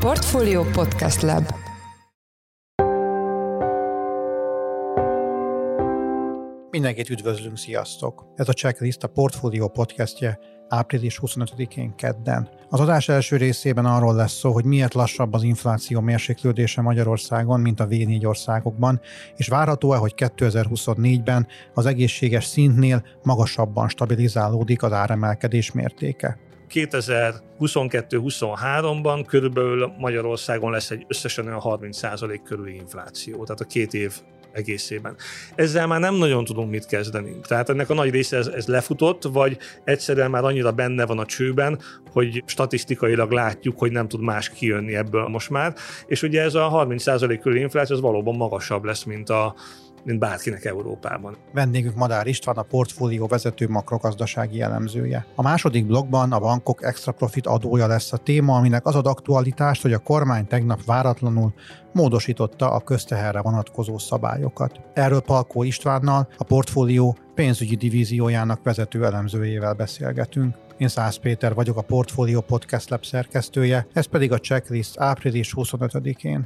Portfolio Podcast Lab. Mindenkit üdvözlünk, sziasztok! Ez a Checklist a Portfolio podcastje április 25-én kedden. Az adás első részében arról lesz szó, hogy miért lassabb az infláció mérséklődése Magyarországon, mint a V4 országokban, és várható-e, hogy 2024-ben az egészséges szintnél magasabban stabilizálódik az áremelkedés mértéke. 2022-23-ban körülbelül Magyarországon lesz egy összesen olyan 30% körüli infláció, tehát a 2 év egészében. Ezzel már nem nagyon tudunk mit kezdeni. Tehát ennek a nagy része ez lefutott, vagy egyszerűen már annyira benne van a csőben, hogy statisztikailag látjuk, hogy nem tud más kijönni ebből most már. És ugye ez a 30% körüli infláció az valóban magasabb lesz, mint bárkinek Európában. Vendégünk Madár István, a Portfólió vezető makrogazdasági elemzője. A második blogban a bankok extra profit adója lesz a téma, aminek az ad aktualitást, hogy a kormány tegnap váratlanul módosította a közteherre vonatkozó szabályokat. Erről Palkó Istvánnal, a Portfólió pénzügyi divíziójának vezető elemzőjével beszélgetünk. Én Szász Péter vagyok, a Portfólió Podcast Lab szerkesztője, ez pedig a Checklist április 25-én.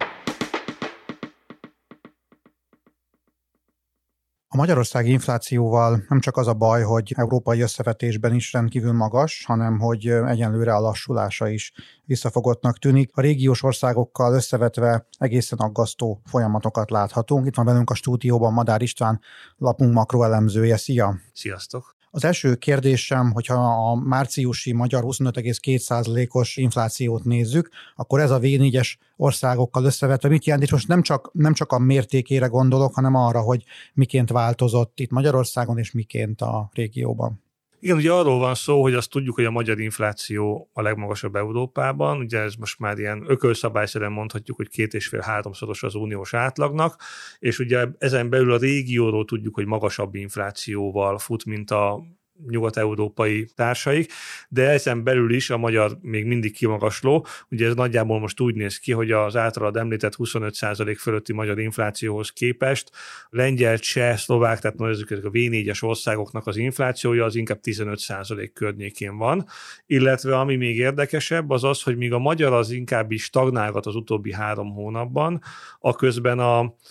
A magyarországi inflációval nem csak az a baj, hogy európai összevetésben is rendkívül magas, hanem hogy egyenlőre a lassulása is visszafogottnak tűnik. A régiós országokkal összevetve egészen aggasztó folyamatokat láthatunk. Itt van velünk a stúdióban Madár István, lapunk makroelemzője. Szia! Sziasztok! Az első kérdésem, hogyha a márciusi magyar 25,2%-os inflációt nézzük, akkor ez a V4-es országokkal összevetve mit jelent? És most nem csak a mértékére gondolok, hanem arra, hogy miként változott itt Magyarországon, és miként a régióban. Igen, ugye arról van szó, hogy azt tudjuk, hogy a magyar infláció a legmagasabb Európában, ugye ez most már ilyen ökölszabályszerűen mondhatjuk, hogy 2,5-3-szoros az uniós átlagnak, és ugye ezen belül a régióról tudjuk, hogy magasabb inflációval fut, mint a nyugat-európai társaik, de ezen belül is a magyar még mindig kimagasló. Ugye ez nagyjából most úgy néz ki, hogy az általad említett 25% fölötti magyar inflációhoz képest lengyel, cseh, szlovák, tehát ezek a V4-es országoknak az inflációja az inkább 15% környékén van, illetve ami még érdekesebb az az, hogy míg a magyar az inkább is stagnálgat az utóbbi 3 hónapban, aközben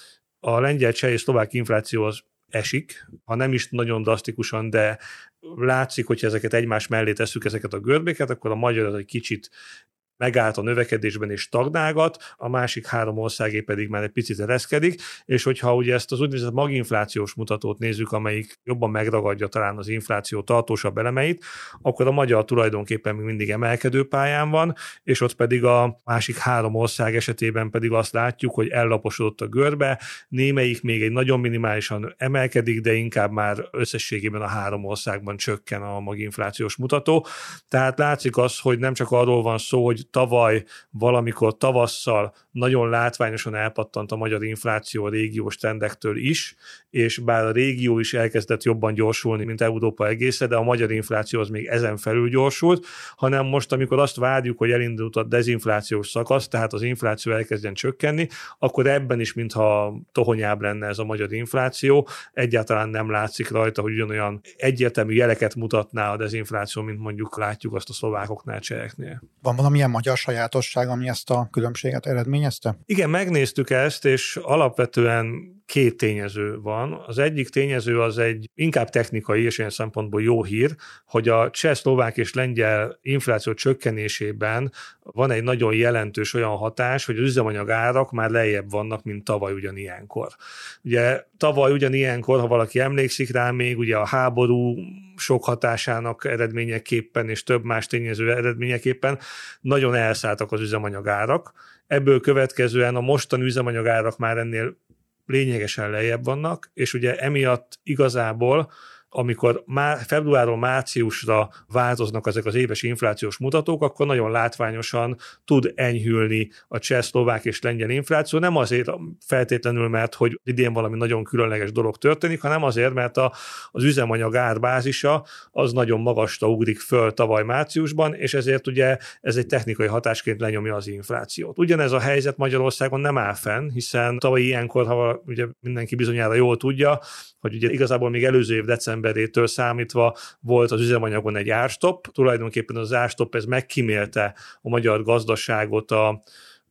a lengyel, cseh és szlovák infláció az esik, ha nem is nagyon drasztikusan, de látszik, hogyha ezeket egymás mellé tesszük, ezeket a görbéket, akkor a magyar az egy kicsit megállt a növekedésben és stagnálgat, a másik 3 országé pedig már egy picit ereszkedik, és hogyha ugye ezt az úgynevezett maginflációs mutatót nézzük, amelyik jobban megragadja talán az infláció tartósabb elemeit, akkor a magyar tulajdonképpen még mindig emelkedő pályán van, és ott pedig a másik 3 ország esetében pedig azt látjuk, hogy ellaposodott a görbe, némelyik még egy nagyon minimálisan emelkedik, de inkább már összességében a 3 országban csökken a maginflációs mutató. Tehát látszik az, hogy nem csak arról van szó, hogy tavaly valamikor tavasszal nagyon látványosan elpattant a magyar infláció a régiós trendektől is, és bár a régió is elkezdett jobban gyorsulni, mint Európa egésze, de a magyar infláció az még ezen felül gyorsult, hanem most, amikor azt várjuk, hogy elindult a dezinflációs szakasz, tehát az infláció elkezdjen csökkenni, akkor ebben is, mintha tohonyább lenne ez a magyar infláció, egyáltalán nem látszik rajta, hogy ugyanolyan egyértelmű jeleket mutatná a dezinfláció, mint mondjuk látjuk azt a szlovákoknál, cseheknél. Van valamilyen magyar sajátosság, ami ezt a különbséget eredményezte? Igen, megnéztük ezt, és alapvetően 2 tényező van. Az egyik tényező az egy inkább technikai és ilyen szempontból jó hír, hogy a cseh, szlovák és lengyel infláció csökkenésében van egy nagyon jelentős olyan hatás, hogy az üzemanyag árak már lejjebb vannak, mint tavaly ugyanilyenkor. Ugye tavaly ugyanilyenkor, ha valaki emlékszik rá még, ugye a háború sok hatásának eredményeképpen és több más tényező eredményeképpen nagyon elszálltak az üzemanyagárak. Ebből következően a mostani üzemanyagárak már ennél lényegesen lejjebb vannak, és ugye emiatt igazából amikor februárról márciusra változnak ezek az éves inflációs mutatók, akkor nagyon látványosan tud enyhülni a cseh, szlovák és lengyel infláció. Nem azért feltétlenül, mert hogy idén valami nagyon különleges dolog történik, hanem azért, mert az üzemanyag árbázisa az nagyon magasra ugrik föl tavaly márciusban, és ezért ugye ez egy technikai hatásként lenyomja az inflációt. Ugyanez a helyzet Magyarországon nem áll fenn, hiszen tavaly ilyenkor, ha ugye mindenki bizonyára jól tudja, hogy ugye igazából még előző év decemberétől számítva volt az üzemanyagon egy árstopp. Tulajdonképpen az árstopp ez megkímélte a magyar gazdaságot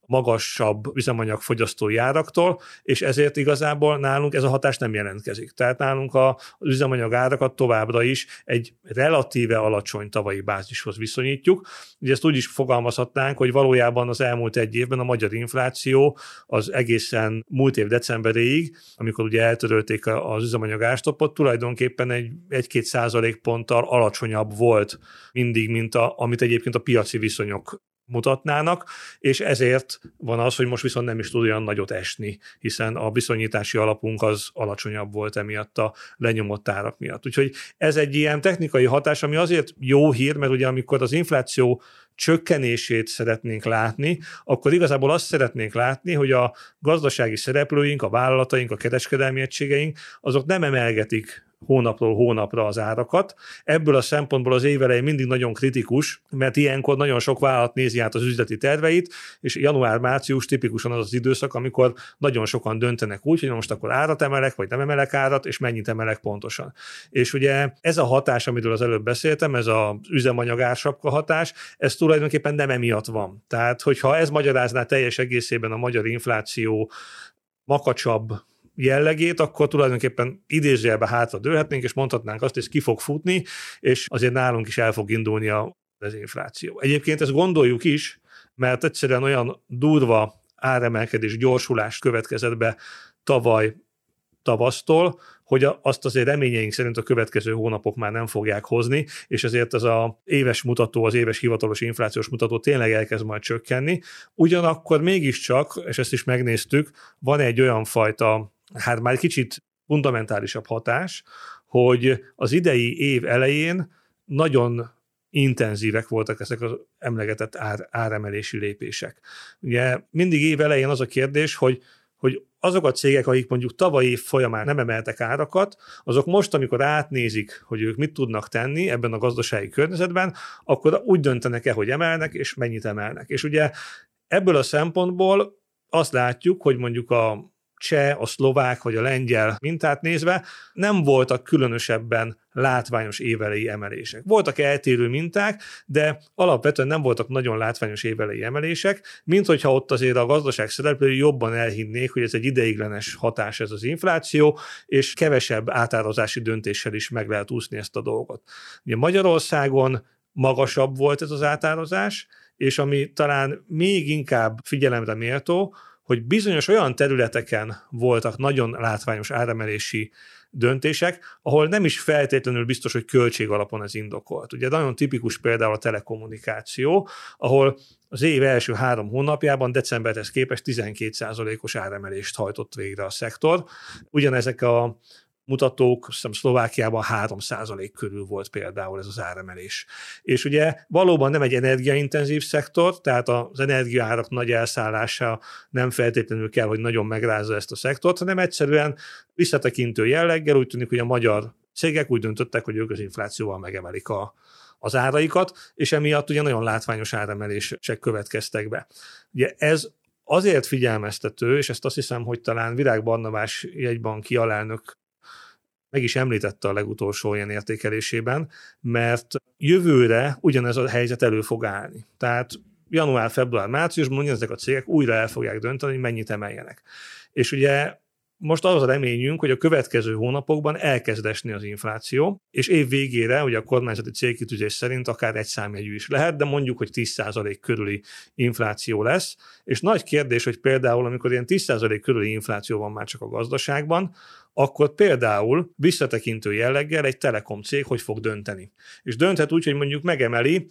magasabb üzemanyagfogyasztói áraktól, és ezért igazából nálunk ez a hatás nem jelentkezik. Tehát nálunk az üzemanyag árakat továbbra is egy relatíve alacsony tavalyi bázishoz viszonyítjuk. Ugye ezt úgy is fogalmazhatnánk, hogy valójában az elmúlt egy évben a magyar infláció az egészen múlt év decemberéig, amikor ugye eltörölték az üzemanyag árstoppot, tulajdonképpen 1-2 százalékponttal alacsonyabb volt mindig, mint amit egyébként a piaci viszonyok mutatnának, és ezért van az, hogy most viszont nem is tud olyan nagyot esni, hiszen a viszonyítási alapunk az alacsonyabb volt emiatt a lenyomott árak miatt. Úgyhogy ez egy ilyen technikai hatás, ami azért jó hír, mert ugye amikor az infláció csökkenését szeretnénk látni, akkor igazából azt szeretnénk látni, hogy a gazdasági szereplőink, a vállalataink, a kereskedelmi egységeink, azok nem emelgetik hónapról hónapra az árakat. Ebből a szempontból az év elején mindig nagyon kritikus, mert ilyenkor nagyon sok vállalat nézi át az üzleti terveit, és január-március tipikusan az az időszak, amikor nagyon sokan döntenek úgy, hogy most akkor árat emelek, vagy nem emelek árat, és mennyit emelek pontosan. És ugye ez a hatás, amiről az előbb beszéltem, ez az üzemanyag ársapka hatás, ez tulajdonképpen nem emiatt van. Tehát, hogyha ez magyarázná teljes egészében a magyar infláció makacsabb jellegét, akkor tulajdonképpen idézőjelbe hátra dőlhetnénk, és mondhatnánk azt, hogy ez ki fog futni, és azért nálunk is el fog indulni az infláció. Egyébként ezt gondoljuk is, mert egyszerűen olyan durva áremelkedés, gyorsulás következett be tavaly tavasztól, hogy azt azért reményeink szerint a következő hónapok már nem fogják hozni, és ezért ez az éves mutató, az éves hivatalos inflációs mutató tényleg elkezd majd csökkenni. Ugyanakkor mégiscsak, és ezt is megnéztük, van egy olyan fajta, hát már kicsit fundamentálisabb hatás, hogy az idei év elején nagyon intenzívek voltak ezek az emlegetett áremelési lépések. Ugye mindig év elején az a kérdés, hogy azok a cégek, akik mondjuk tavalyi év folyamán nem emeltek árakat, azok most, amikor átnézik, hogy ők mit tudnak tenni ebben a gazdasági környezetben, akkor úgy döntenek-e, hogy emelnek, és mennyit emelnek. És ugye ebből a szempontból azt látjuk, hogy mondjuk a cseh, a szlovák vagy a lengyel mintát nézve nem voltak különösebben látványos évelei emelések. Voltak eltérő minták, de alapvetően nem voltak nagyon látványos évelei emelések, mint hogyha ott azért a gazdaság szereplői jobban elhinnék, hogy ez egy ideiglenes hatás ez az infláció, és kevesebb átárazási döntéssel is meg lehet úszni ezt a dolgot. Ugye Magyarországon magasabb volt ez az átárazás, és ami talán még inkább figyelemre méltó, hogy bizonyos olyan területeken voltak nagyon látványos áremelési döntések, ahol nem is feltétlenül biztos, hogy költség alapon ez indokolt. Ugye nagyon tipikus például a telekommunikáció, ahol az év első 3 hónapjában decemberhez képest 12%-os áremelést hajtott végre a szektor. Ugyanezek a mutatók, azt hiszem Szlovákiában 3% körül volt például ez az áremelés. És ugye valóban nem egy energiaintenzív szektor, tehát az energiaárak nagy elszállása nem feltétlenül kell, hogy nagyon megrázza ezt a szektort, hanem egyszerűen visszatekintő jelleggel úgy tűnik, hogy a magyar cégek úgy döntöttek, hogy ők az inflációval megemelik az áraikat, és emiatt ugye nagyon látványos áremelések következtek be. Ugye ez azért figyelmeztető, és ezt azt hiszem, hogy talán Virág Barnabás jegybanki alelnök meg is említette a legutolsó ilyen értékelésében, mert jövőre ugyanez a helyzet elő fog állni. Tehát január, február, márciusban ugyanezek a cégek újra el fogják dönteni, hogy mennyit emeljenek. És ugye most az a reményünk, hogy a következő hónapokban elkezd esni az infláció, és év végére, ugye a kormányzati célkitűzés szerint akár egy számjegyű is lehet, de mondjuk, hogy 10% körüli infláció lesz, és nagy kérdés, hogy például, amikor ilyen 10% körüli infláció van már csak a gazdaságban, akkor például visszatekintő jelleggel egy telekom cég hogy fog dönteni. És dönthet úgy, hogy mondjuk megemeli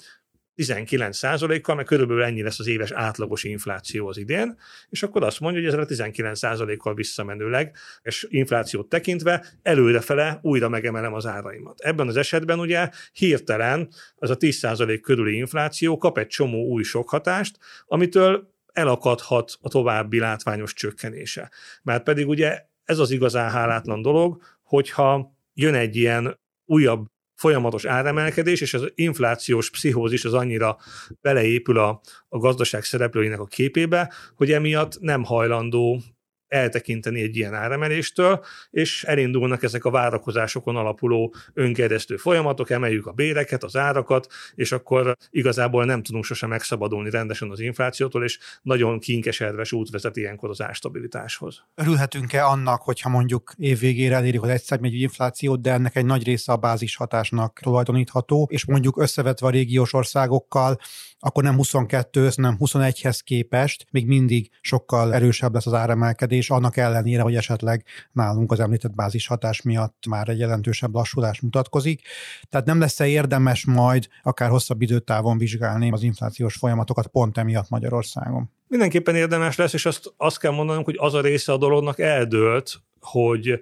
19%-kal, mert körülbelül ennyi lesz az éves átlagos infláció az idén, és akkor azt mondja, hogy ezzel a 19%-kal visszamenőleg, és inflációt tekintve előrefele újra megemelem az áraimat. Ebben az esetben ugye hirtelen az a 10% körüli infláció kap egy csomó új sokhatást, amitől elakadhat a további látványos csökkenése. Mert pedig ugye ez az igazán hálátlan dolog, hogyha jön egy ilyen újabb folyamatos áremelkedés, és az inflációs pszichózis az annyira beleépül a gazdaság szereplőinek a képébe, hogy emiatt nem hajlandó eltekinteni egy ilyen áremeléstől, és elindulnak ezek a várakozásokon alapuló önkeresztő folyamatok, emeljük a béreket, az árakat, és akkor igazából nem tudunk sosem megszabadulni rendesen az inflációtól, és nagyon kinkeserves út vezet ilyenkor az árstabilitáshoz. Örülhetünk-e annak, hogyha mondjuk évvégére elérjük az 1% inflációt, de ennek egy nagy része a bázis hatásnak tulajdonítható, és mondjuk összevetve a régiós országokkal, akkor nem 22, hanem 21-hez képest még mindig sokkal erősebb lesz az áremelkedés, annak ellenére, hogy esetleg nálunk az említett bázis hatás miatt már egy jelentősebb lassulás mutatkozik. Tehát nem lesz-e érdemes majd akár hosszabb időtávon vizsgálni az inflációs folyamatokat pont emiatt Magyarországon? Mindenképpen érdemes lesz, és azt kell mondanunk, hogy az a része a dolognak eldőlt, hogy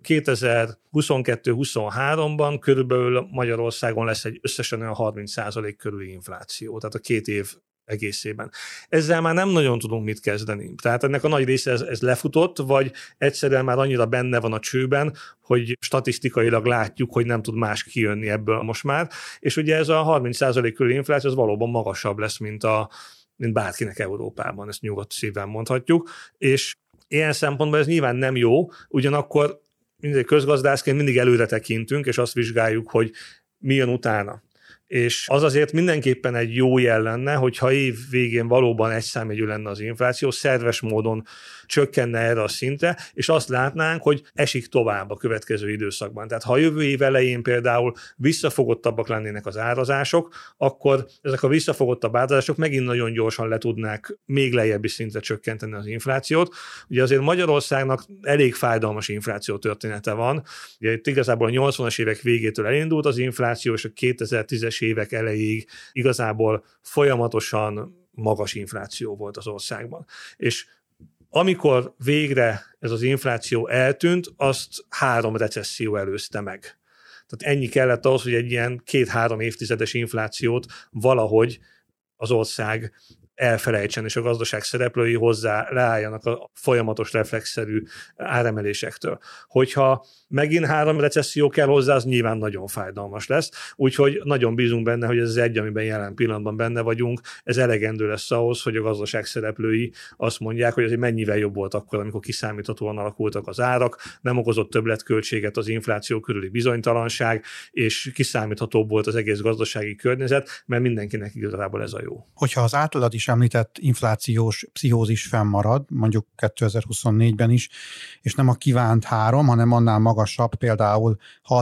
2022-23-ban körülbelül Magyarországon lesz egy összesen olyan 30% körüli infláció, tehát a 2 év egészében. Ezzel már nem nagyon tudunk mit kezdeni. Tehát ennek a nagy része ez lefutott, vagy egyszerűen már annyira benne van a csőben, hogy statisztikailag látjuk, hogy nem tud más kijönni ebből most már. És ugye ez a 30% körüli infláció az valóban magasabb lesz, mint bárkinek Európában, ezt nyugodt szívvel mondhatjuk. És ilyen szempontból ez nyilván nem jó, ugyanakkor mindig közgazdászként mindig előre tekintünk, és azt vizsgáljuk, hogy mi jön utána. És az azért mindenképpen egy jó jel lenne, hogyha év végén valóban egyszámjegyű lenne az infláció, szerves módon csökkenne erre a szintre, és azt látnánk, hogy esik tovább a következő időszakban. Tehát ha a jövő év elején például visszafogottabbak lennének az árazások, akkor ezek a visszafogottabb árazások megint nagyon gyorsan le tudnák még lejjebbi szintre csökkenteni az inflációt. Ugye azért Magyarországnak elég fájdalmas infláció története van. Ugye itt igazából a 80-as évek végétől elindult az infláció, és a 2010-es évek elejéig igazából folyamatosan magas infláció volt az országban. És amikor végre ez az infláció eltűnt, azt 3 recesszió előzte meg. Tehát ennyi kellett ahhoz, hogy egy ilyen 2-3 évtizedes inflációt valahogy az ország elfelejtsen, és a gazdaság szereplői hozzá leálljanak a folyamatos reflexzerű áremelésektől. Hogyha megint 3 recesszió kell hozzá, az nyilván nagyon fájdalmas lesz, úgyhogy nagyon bízunk benne, hogy ez az egy, amiben jelen pillanatban benne vagyunk, ez elegendő lesz ahhoz, hogy a gazdaság szereplői azt mondják, hogy ez mennyivel jobb volt akkor, amikor kiszámíthatóan alakultak az árak, nem okozott többletköltséget az infláció körüli bizonytalanság, és kiszámíthatóbb volt az egész gazdasági környezet, mert mindenkinek igazából ez a jó. Hogyha az általad is említett inflációs pszichózis fennmarad, mondjuk 2024-ben is, és nem a kívánt 3, hanem annál magasabb, például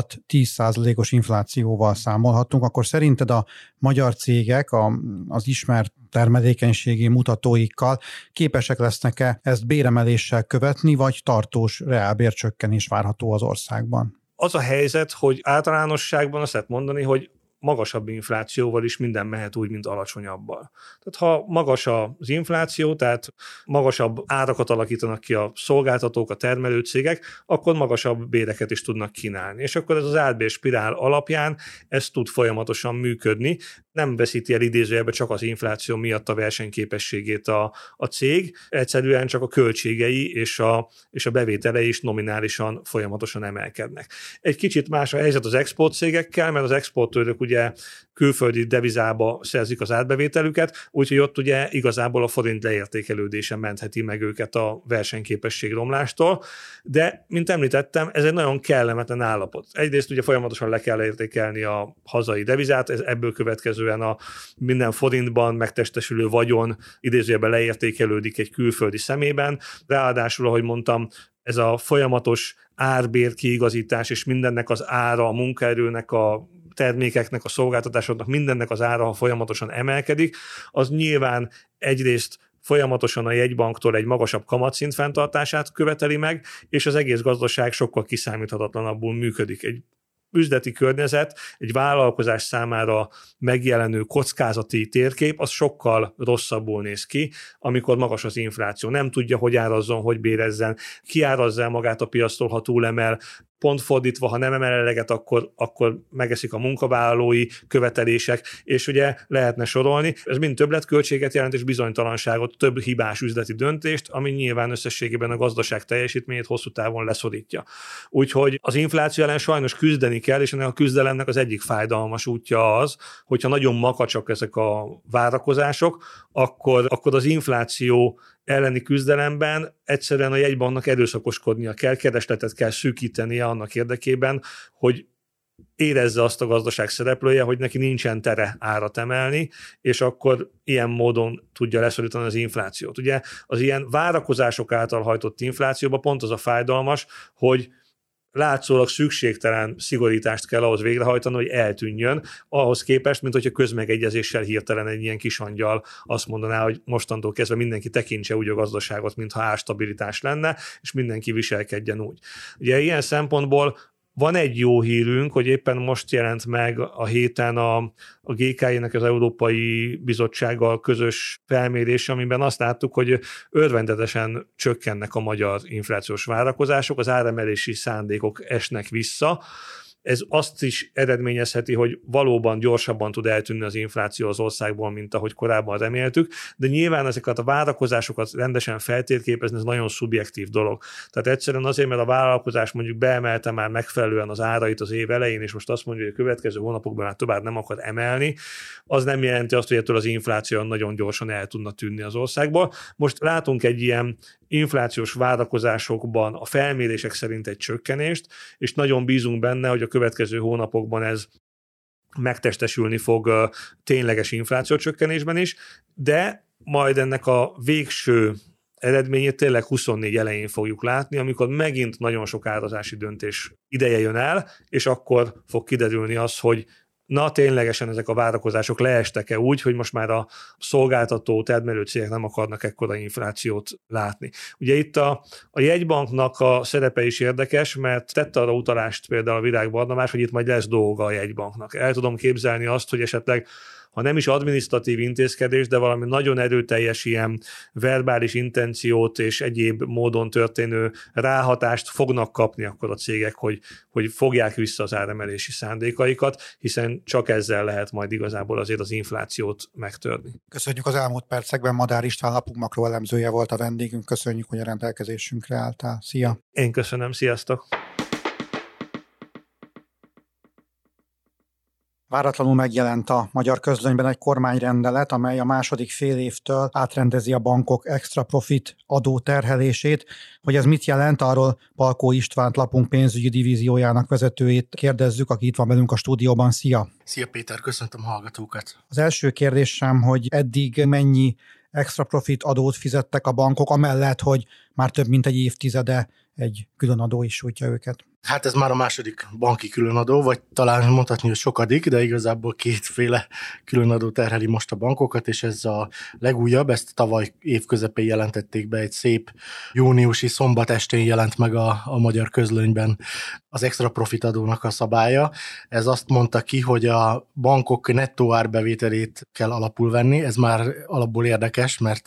6-10%-os inflációval számolhatunk, akkor szerinted a magyar cégek az ismert termelékenységi mutatóikkal képesek lesznek-e ezt béremeléssel követni, vagy tartós reálbércsökkenés várható az országban? Az a helyzet, hogy általánosságban azt lehet mondani, hogy magasabb inflációval is minden mehet úgy, mint alacsonyabbal. Tehát ha magas az infláció, tehát magasabb árakat alakítanak ki a szolgáltatók, a termelőcégek, akkor magasabb béreket is tudnak kínálni. És akkor ez az átbérspirál alapján ez tud folyamatosan működni. Nem veszíti el idézőjelbe csak az infláció miatt a versenyképességét a cég, egyszerűen csak a költségei és a bevételei is nominálisan folyamatosan emelkednek. Egy kicsit más a helyzet az exportcégekkel, mert az exportőrök ugye külföldi devizába szerzik az átbevételüket, úgyhogy ott ugye igazából a forint leértékelődése mentheti meg őket a versenyképesség romlástól, de mint említettem, ez egy nagyon kellemetlen állapot. Egyrészt ugye folyamatosan le kell értékelni a hazai devizát, ebből következően a minden forintban megtestesülő vagyon idézőjelben leértékelődik egy külföldi szemében, ráadásul, ahogy mondtam, ez a folyamatos árbér kiigazítás és mindennek az ára, a munkaerőnek, a termékeknek, a szolgáltatásoknak, mindennek az ára, ha folyamatosan emelkedik, az nyilván egyrészt folyamatosan a jegybanktól egy magasabb kamatszint fenntartását követeli meg, és az egész gazdaság sokkal kiszámíthatatlanabbul működik. Egy üzleti környezet, egy vállalkozás számára megjelenő kockázati térkép, az sokkal rosszabbul néz ki, amikor magas az infláció. Nem tudja, hogy árazzon, hogy bérezzen, kiárazza magát a piactól, ha túlemel, pont fordítva, ha nem emel eleget, akkor megeszik a munkavállalói követelések, és ugye lehetne sorolni. Ez mind többletköltséget jelent, és bizonytalanságot, több hibás üzleti döntést, ami nyilván összességében a gazdaság teljesítményét hosszú távon leszorítja. Úgyhogy az infláció ellen sajnos küzdeni kell, és ennek a küzdelemnek az egyik fájdalmas útja az, hogyha nagyon makacsak ezek a várakozások, akkor az infláció elleni küzdelemben egyszerűen a jegybanknak erőszakoskodnia kell, keresletet kell szűkítenie annak érdekében, hogy érezze azt a gazdaság szereplője, hogy neki nincsen tere árat emelni, és akkor ilyen módon tudja leszorítani az inflációt. Ugye az ilyen várakozások által hajtott inflációban pont az a fájdalmas, hogy látszólag szükségtelen szigorítást kell ahhoz végrehajtani, hogy eltűnjön, ahhoz képest, mint hogyha közmegegyezéssel hirtelen egy ilyen kisangyal azt mondaná, hogy mostantól kezdve mindenki tekintse úgy a gazdaságot, mintha árstabilitás lenne, és mindenki viselkedjen úgy. Ugye ilyen szempontból van egy jó hírünk, hogy éppen most jelent meg a héten a GKI-nek az Európai Bizottsággal közös felmérés, amiben azt láttuk, hogy örvendetesen csökkennek a magyar inflációs várakozások, az áremelési szándékok esnek vissza. Ez azt is eredményezheti, hogy valóban gyorsabban tud eltűnni az infláció az országból, mint ahogy korábban reméltük, de nyilván ezeket a várakozásokat rendesen feltérképezni, ez nagyon szubjektív dolog. Tehát egyszerűen azért, mert a vállalkozás mondjuk beemelte már megfelelően az árait az év elején, és most azt mondja, hogy a következő hónapokban már tovább nem akar emelni, az nem jelenti azt, hogy ettől az infláció nagyon gyorsan el tudna tűnni az országból. Most látunk egy ilyen inflációs várakozásokban a felmérések szerint egy csökkenést, és nagyon bízunk benne, hogy a következő hónapokban ez megtestesülni fog tényleges inflációcsökkenésben is, de majd ennek a végső eredményét tényleg 24 elején fogjuk látni, amikor megint nagyon sok árazási döntés ideje jön el, és akkor fog kiderülni az, hogy na ténylegesen ezek a várakozások leestek-e úgy, hogy most már a szolgáltató, termelő cégek nem akarnak ekkora inflációt látni. Ugye itt a jegybanknak a szerepe is érdekes, mert tette arra utalást például a Virág Barnabás, hogy itt majd lesz dolga a jegybanknak. El tudom képzelni azt, hogy esetleg ha nem is adminisztratív intézkedés, de valami nagyon erőteljes ilyen verbális intenciót és egyéb módon történő ráhatást fognak kapni akkor a cégek, hogy fogják vissza az áremelési szándékaikat, hiszen csak ezzel lehet majd igazából azért az inflációt megtörni. Köszönjük az elmúlt percekben, Madár István lapunk makroelemzője volt a vendégünk, köszönjük, hogy a rendelkezésünkre álltál. Szia! Én köszönöm, sziasztok! Váratlanul megjelent a magyar közlönyben egy kormányrendelet, amely a második fél évtől átrendezi a bankok extra profit adóterhelését. Hogy ez mit jelent, arról Palkó Istvánt, lapunk pénzügyi divíziójának vezetőjét kérdezzük, aki itt van velünk a stúdióban. Szia! Szia Péter, köszöntöm a hallgatókat! Az első kérdésem, hogy eddig mennyi extra profit adót fizettek a bankok, amellett, hogy már több mint egy évtizede egy különadó is sújtja őket? Hát ez már a második banki különadó, vagy talán mondhatni, hogy sokadik, de igazából kétféle különadó terheli most a bankokat, és ez a legújabb, ezt tavaly év közepén jelentették be, egy szép júniusi szombat estén jelent meg a magyar közlönyben az extra profit adónak a szabálya. Ez azt mondta ki, hogy a bankok nettó árbevételét kell alapul venni, ez már alapból érdekes, mert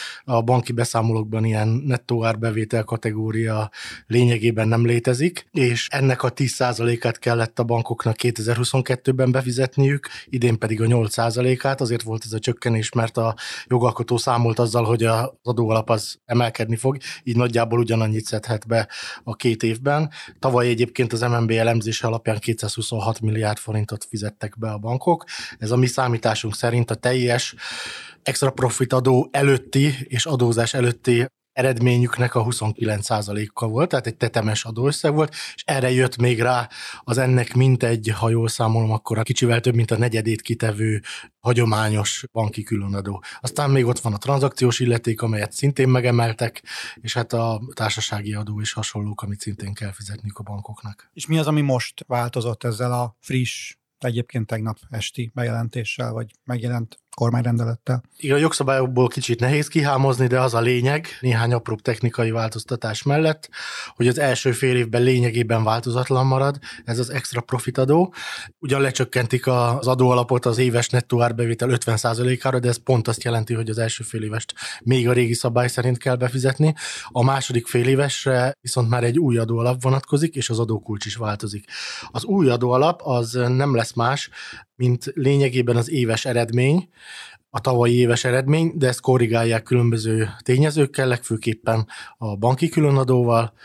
a banki beszámolókban ilyen nettó árbevétel kategória lényegében nem létezik, és ennek a 10%-át kellett a bankoknak 2022-ben befizetniük, idén pedig a 8%-át, azért volt ez a csökkenés, mert a jogalkotó számolt azzal, hogy az adóalap az emelkedni fog, így nagyjából ugyanannyit szedhet be a 2 évben. Tavaly egyébként az MNB elemzése alapján 226 milliárd forintot fizettek be a bankok. Ez a mi számításunk szerint a teljes extra profit adó előtti és adózás előtti eredményüknek a 29%-a volt, tehát egy tetemes adóösszeg volt, és erre jött még rá az ennek mintegy, ha jól számolom, akkor a kicsivel több, mint a negyedét kitevő hagyományos banki különadó. Aztán még ott van a tranzakciós illeték, amelyet szintén megemeltek, és hát a társasági adó is hasonlók, amit szintén kell fizetniük a bankoknak. És mi az, ami most változott ezzel a friss, egyébként tegnap esti bejelentéssel, vagy megjelent kormányrendelettel? Igen, a jogszabályokból kicsit nehéz kihámozni, de az a lényeg, néhány apróbb technikai változtatás mellett, hogy az első fél évben lényegében változatlan marad ez az extra profit adó. Ugyan lecsökkentik az adóalapot az éves nettó árbevétel 50%-ára, de ez pont azt jelenti, hogy az első fél évest még a régi szabály szerint kell befizetni. A második fél évesre viszont már egy új adóalap vonatkozik, és az adókulcs is változik. Az új adóalap az nem lesz más, mint lényegében az éves eredmény, a tavalyi éves eredmény, de ezt korrigálják különböző tényezőkkel, legfőképpen a banki különadóval,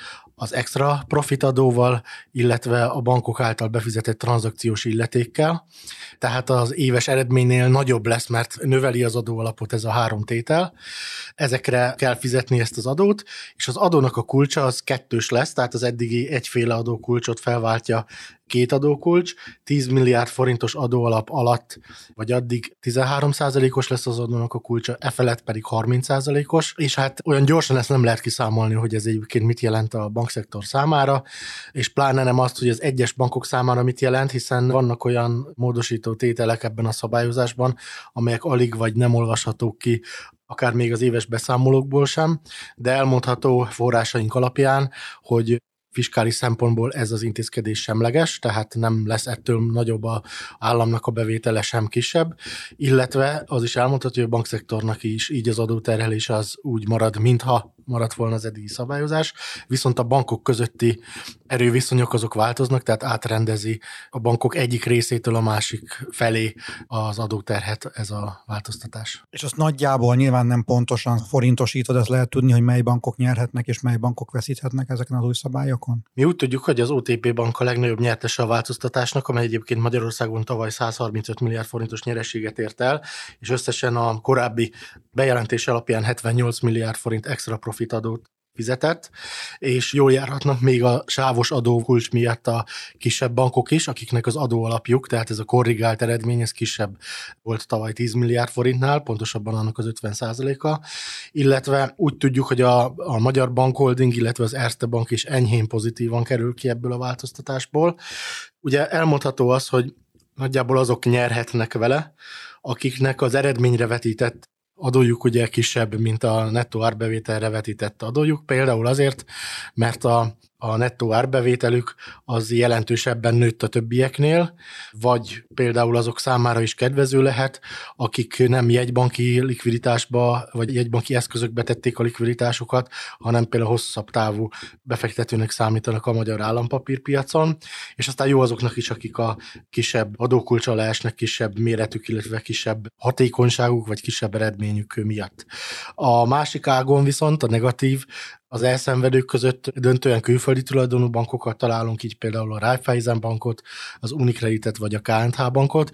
az extra profit adóval, illetve a bankok által befizetett tranzakciós illetékkel. Tehát az éves eredménynél nagyobb lesz, mert növeli az adóalapot ez a 3 tétel. Ezekre kell fizetni ezt az adót, és az adónak a kulcsa az 2-s lesz, tehát az eddigi egyféle adókulcsot felváltja 2 adókulcs, 10 milliárd forintos adóalap alatt, vagy addig 13%-os lesz az adónak a kulcsa, felett pedig 30%-os, és hát olyan gyorsan ezt nem lehet kiszámolni, hogy ez egyébként mit jelent a bankszektor számára, és pláne nem azt, hogy az egyes bankok számára mit jelent, hiszen vannak olyan módosító tételek ebben a szabályozásban, amelyek alig vagy nem olvashatók ki, akár még az éves beszámolókból sem, de elmondható forrásaink alapján, hogy fiskális szempontból ez az intézkedés semleges, tehát nem lesz ettől nagyobb az államnak a bevétele sem kisebb, illetve az is elmondható, hogy a bankszektornak is így az adóterhelés az úgy marad, mintha maradt volna az eddigi szabályozás, viszont a bankok közötti erőviszonyok azok változnak, tehát átrendezi a bankok egyik részétől a másik felé az adóterhet ez a változtatás. És azt nagyjából nyilván nem pontosan forintosítod, ezt lehet tudni, hogy mely bankok nyerhetnek és mely bankok veszíthetnek ezeken az új szabályokon? Mi úgy tudjuk, hogy az OTP bank a legnagyobb nyertese a változtatásnak, amely egyébként Magyarországon tavaly 135 milliárd forintos nyereséget ért el, és összesen a korábbi bejelentés alapján 78 milliárd forint extra profit adót fizetett, és jól járhatnak még a sávos adókulcs miatt a kisebb bankok is, akiknek az adóalapjuk, tehát ez a korrigált eredmény, ez kisebb volt tavaly 10 milliárd forintnál, pontosabban annak az 50%-a, illetve úgy tudjuk, hogy a Magyar Bankholding, illetve az Erste Bank is enyhén pozitívan kerül ki ebből a változtatásból. Ugye elmondható az, hogy nagyjából azok nyerhetnek vele, akiknek az eredményre vetített adójuk ugye kisebb, mint a nettó árbevételre vetített adójuk, például azért, mert a nettó árbevételük az jelentősebben nőtt a többieknél, vagy például azok számára is kedvező lehet, akik nem jegybanki likviditásba, vagy jegybanki eszközökbe tették a likviditásukat, hanem például hosszabb távú befektetőnek számítanak a magyar állampapírpiacon, és aztán jó azoknak is, akik a kisebb adókulcs alá esnek, kisebb méretük, illetve kisebb hatékonyságuk, vagy kisebb eredményük miatt. A másik ágon viszont a negatív, az elszenvedők között döntően külföldi tulajdonú bankokat találunk, így például a Raiffeisen bankot, az Unicreditet vagy a KNH bankot.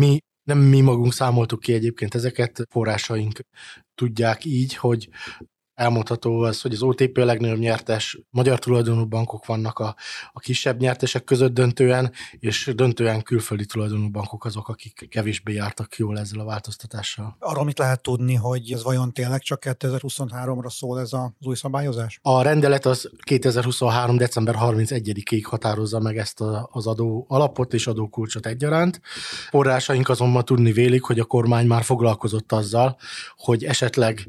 Nem mi magunk számoltuk ki egyébként ezeket, forrásaink tudják így, hogy elmondható az, hogy az OTP a legnagyobb nyertes, magyar tulajdonú bankok vannak a kisebb nyertesek között döntően, és döntően külföldi tulajdonú bankok azok, akik kevésbé jártak jól ezzel a változtatással. Arról mit lehet tudni, hogy ez vajon tényleg csak 2023-ra szól ez az új szabályozás? A rendelet az 2023. december 31-ig határozza meg ezt az adó alapot és adókulcsot egyaránt. Forrásaink azonban tudni vélik, hogy a kormány már foglalkozott azzal, hogy esetleg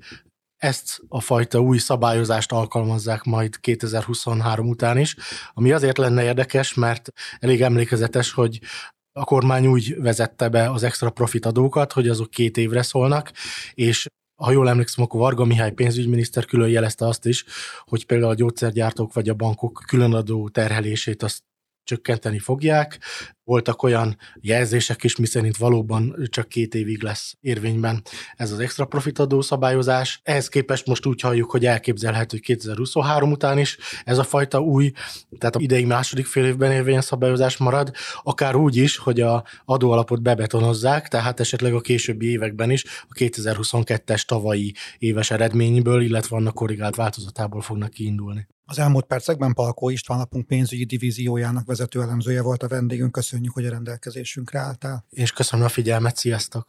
ezt a fajta új szabályozást alkalmazzák majd 2023 után is, ami azért lenne érdekes, mert elég emlékezetes, hogy a kormány úgy vezette be az extra profit adókat, hogy azok 2 évre szólnak, és ha jól emlékszem, akkor Varga Mihály pénzügyminiszter külön jelezte azt is, hogy például a gyógyszergyártók vagy a bankok különadó terhelését azt csökkenteni fogják. Voltak olyan jelzések is, miszerint valóban csak 2 évig lesz érvényben ez az extra profit adó szabályozás. Ehhez képest most úgy halljuk, hogy elképzelhető, hogy 2023 után is ez a fajta új, tehát az idei második fél évben érvényes szabályozás marad, akár úgy is, hogy az adóalapot bebetonozzák, tehát esetleg a későbbi években is a 2022-es tavalyi éves eredményből, illetve annak korrigált változatából fognak kiindulni. Az elmúlt percekben Palkó István lapunk pénzügyi divíziójának vezető elemzője volt a vendégünk. Köszönjük, hogy a rendelkezésünkre álltál. És köszönöm a figyelmet, sziasztok!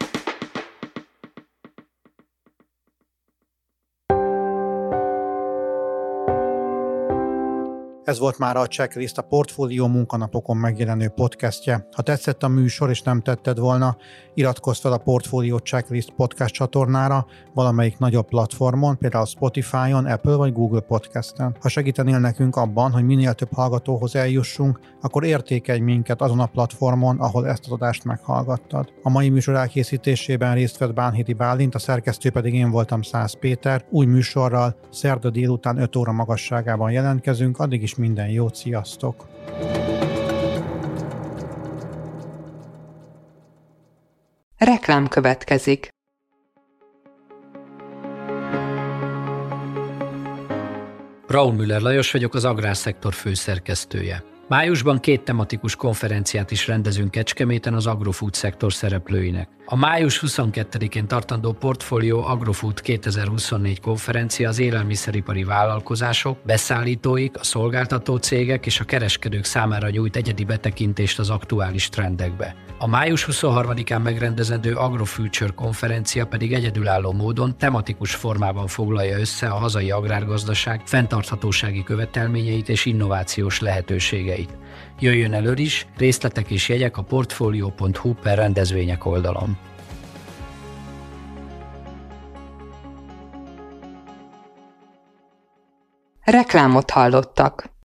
Ez volt már a Checklist, a Portfólió munkanapokon megjelenő podcastje. Ha tetszett a műsor és nem tetted volna, iratkozz fel a Portfólió Checklist podcast csatornára valamelyik nagyobb platformon, például Spotify-on, Apple vagy Google Podcasten. Ha segítenél nekünk abban, hogy minél több hallgatóhoz eljussunk, akkor értékelj minket azon a platformon, ahol ezt az adást meghallgattad. A mai műsor elkészítésében részt vett Bánhidi Bálint, a szerkesztő pedig én voltam Szász Péter. Új műsorral szerda délután 5 óra magasságában jelentkezünk, addig is minden jót, sziasztok! Reklám következik. Braun Müller Lajos vagyok, az Agrárszektor főszerkesztője. Májusban 2 tematikus konferenciát is rendezünk Kecskeméten az agrofood szektor szereplőinek. A május 22-én tartandó Portfolio Agrofood 2024 konferencia az élelmiszeripari vállalkozások, beszállítóik, a szolgáltató cégek és a kereskedők számára nyújt egyedi betekintést az aktuális trendekbe. A május 23-án megrendezendő AgroFuture konferencia pedig egyedülálló módon tematikus formában foglalja össze a hazai agrárgazdaság fenntarthatósági követelményeit és innovációs lehetőségeit. Jöjjön elő is, részletek és jegyek a portfolio.hu/rendezvények oldalon. Reklámot hallottak.